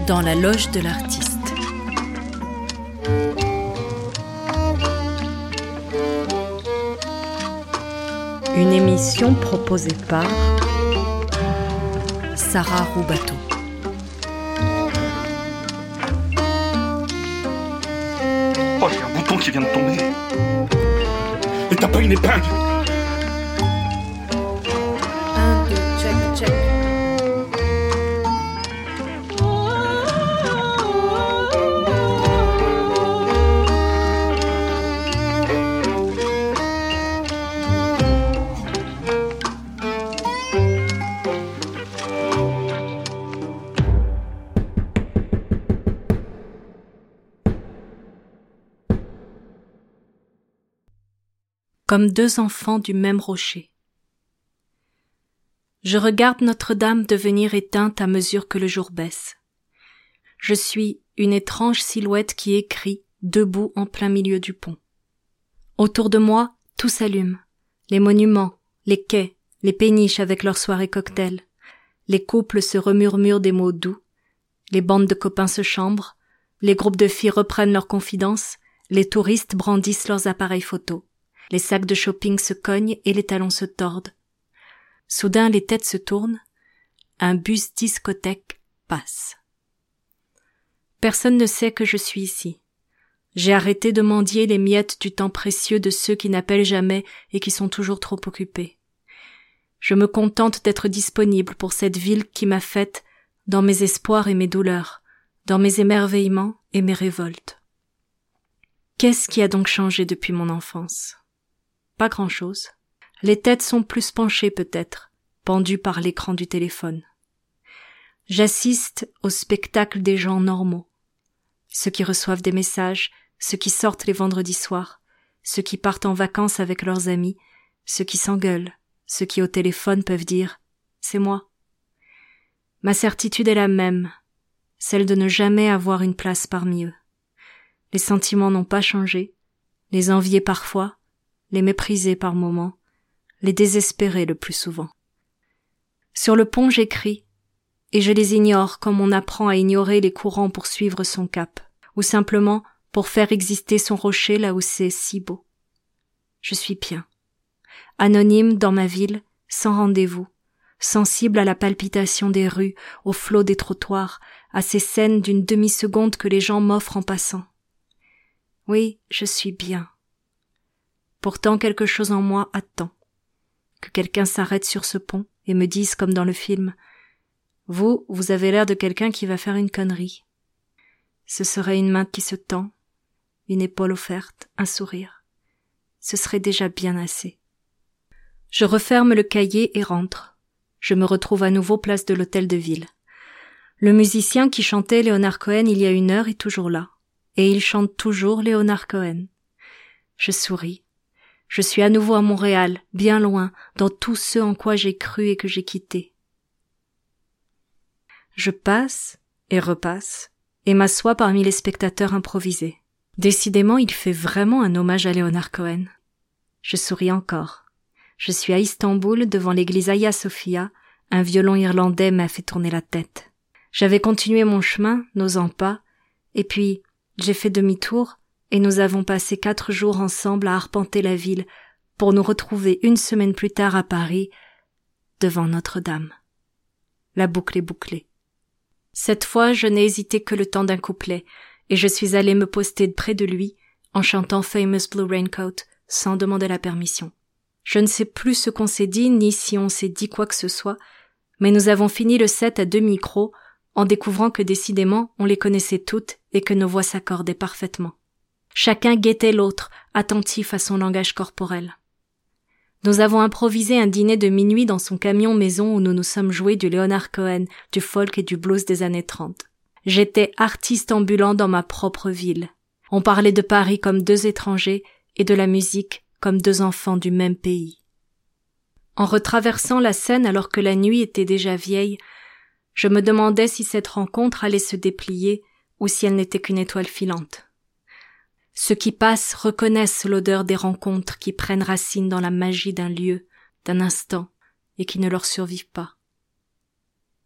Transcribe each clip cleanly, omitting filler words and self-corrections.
dans la loge de l'artiste. Une émission proposée par Sarah Roubateau. Oh, j'ai un bouton qui vient de tomber. Et t'as pas une épingle? 1, 2, check. Comme deux enfants du même rocher. Je regarde Notre-Dame devenir éteinte à mesure que le jour baisse. Je suis une étrange silhouette qui écrit, debout en plein milieu du pont. Autour de moi, tout s'allume. Les monuments, les quais, les péniches avec leurs soirées cocktails. Les couples se remurmurent des mots doux. Les bandes de copains se chambrent. Les groupes de filles reprennent leurs confidences. Les touristes brandissent leurs appareils photos. Les sacs de shopping se cognent et les talons se tordent. Soudain, les têtes se tournent. Un bus discothèque passe. Personne ne sait que je suis ici. J'ai arrêté de mendier les miettes du temps précieux de ceux qui n'appellent jamais et qui sont toujours trop occupés. Je me contente d'être disponible pour cette ville qui m'a faite dans mes espoirs et mes douleurs, dans mes émerveillements et mes révoltes. Qu'est-ce qui a donc changé depuis mon enfance ? Pas grand-chose. Les têtes sont plus penchées peut-être, pendues par l'écran du téléphone. J'assiste au spectacle des gens normaux. Ceux qui reçoivent des messages, ceux qui sortent les vendredis soirs, ceux qui partent en vacances avec leurs amis, ceux qui s'engueulent, ceux qui au téléphone peuvent dire « c'est moi ». Ma certitude est la même, celle de ne jamais avoir une place parmi eux. Les sentiments n'ont pas changé, les envier parfois, les mépriser par moments, les désespérer le plus souvent. Sur le pont j'écris, et je les ignore comme on apprend à ignorer les courants pour suivre son cap, ou simplement pour faire exister son rocher là où c'est si beau. Je suis bien, anonyme dans ma ville, sans rendez-vous, sensible à la palpitation des rues, au flot des trottoirs, à ces scènes d'une demi-seconde que les gens m'offrent en passant. Oui, je suis bien. Pourtant quelque chose en moi attend. Que quelqu'un s'arrête sur ce pont et me dise comme dans le film « Vous avez l'air de quelqu'un qui va faire une connerie. » Ce serait une main qui se tend, une épaule offerte, un sourire. Ce serait déjà bien assez. Je referme le cahier et rentre. Je me retrouve à nouveau place de l'hôtel de ville. Le musicien qui chantait Leonard Cohen il y a 1 heure est toujours là. Et il chante toujours Leonard Cohen. Je souris. Je suis à nouveau à Montréal, bien loin, dans tout ce en quoi j'ai cru et que j'ai quitté. Je passe et repasse et m'assois parmi les spectateurs improvisés. Décidément, il fait vraiment un hommage à Leonard Cohen. Je souris encore. Je suis à Istanbul, devant l'église Hagia Sophia. Un violon irlandais m'a fait tourner la tête. J'avais continué mon chemin, n'osant pas, et puis j'ai fait demi-tour et nous avons passé 4 jours ensemble à arpenter la ville pour nous retrouver 1 semaine plus tard à Paris, devant Notre-Dame. La boucle est bouclée. Cette fois, je n'ai hésité que le temps d'un couplet et je suis allée me poster près de lui en chantant Famous Blue Raincoat sans demander la permission. Je ne sais plus ce qu'on s'est dit ni si on s'est dit quoi que ce soit, mais nous avons fini le set à 2 micros en découvrant que décidément on les connaissait toutes et que nos voix s'accordaient parfaitement. Chacun guettait l'autre, attentif à son langage corporel. Nous avons improvisé un dîner de minuit dans son camion maison où nous nous sommes joués du Leonard Cohen, du folk et du blues des années 30. J'étais artiste ambulant dans ma propre ville. On parlait de Paris comme 2 étrangers et de la musique comme 2 enfants du même pays. En retraversant la Seine alors que la nuit était déjà vieille, je me demandais si cette rencontre allait se déplier ou si elle n'était qu'une étoile filante. Ceux qui passent reconnaissent l'odeur des rencontres qui prennent racine dans la magie d'un lieu, d'un instant, et qui ne leur survivent pas.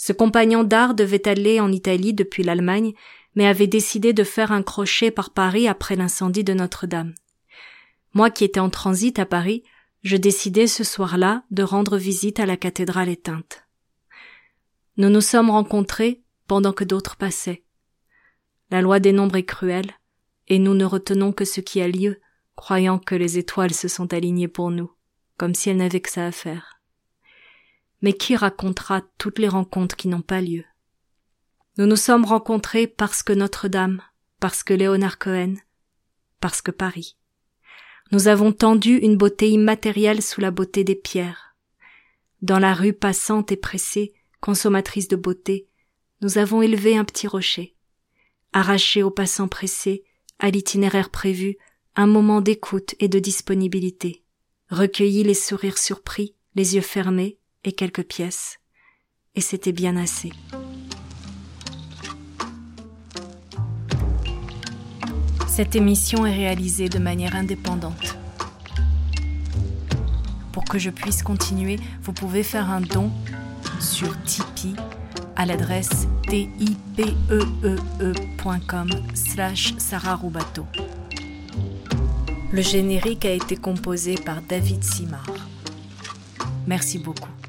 Ce compagnon d'art devait aller en Italie depuis l'Allemagne, mais avait décidé de faire un crochet par Paris après l'incendie de Notre-Dame. Moi qui étais en transit à Paris, je décidai ce soir-là de rendre visite à la cathédrale éteinte. Nous nous sommes rencontrés pendant que d'autres passaient. La loi des nombres est cruelle, et nous ne retenons que ce qui a lieu, croyant que les étoiles se sont alignées pour nous, comme si elles n'avaient que ça à faire. Mais qui racontera toutes les rencontres qui n'ont pas lieu? Nous nous sommes rencontrés parce que Notre-Dame, parce que Léonard Cohen, parce que Paris. Nous avons tendu une beauté immatérielle sous la beauté des pierres. Dans la rue passante et pressée, consommatrice de beauté, nous avons élevé un petit rocher, arraché aux passants pressés, à l'itinéraire prévu, un moment d'écoute et de disponibilité, recueilli les sourires surpris, les yeux fermés et quelques pièces, et c'était bien assez. Cette émission est réalisée de manière indépendante. Pour que je puisse continuer, vous pouvez faire un don sur Tipeee à l'adresse tipee.com/Sarah Roubateau. Le générique a été composé par David Simard. Merci beaucoup.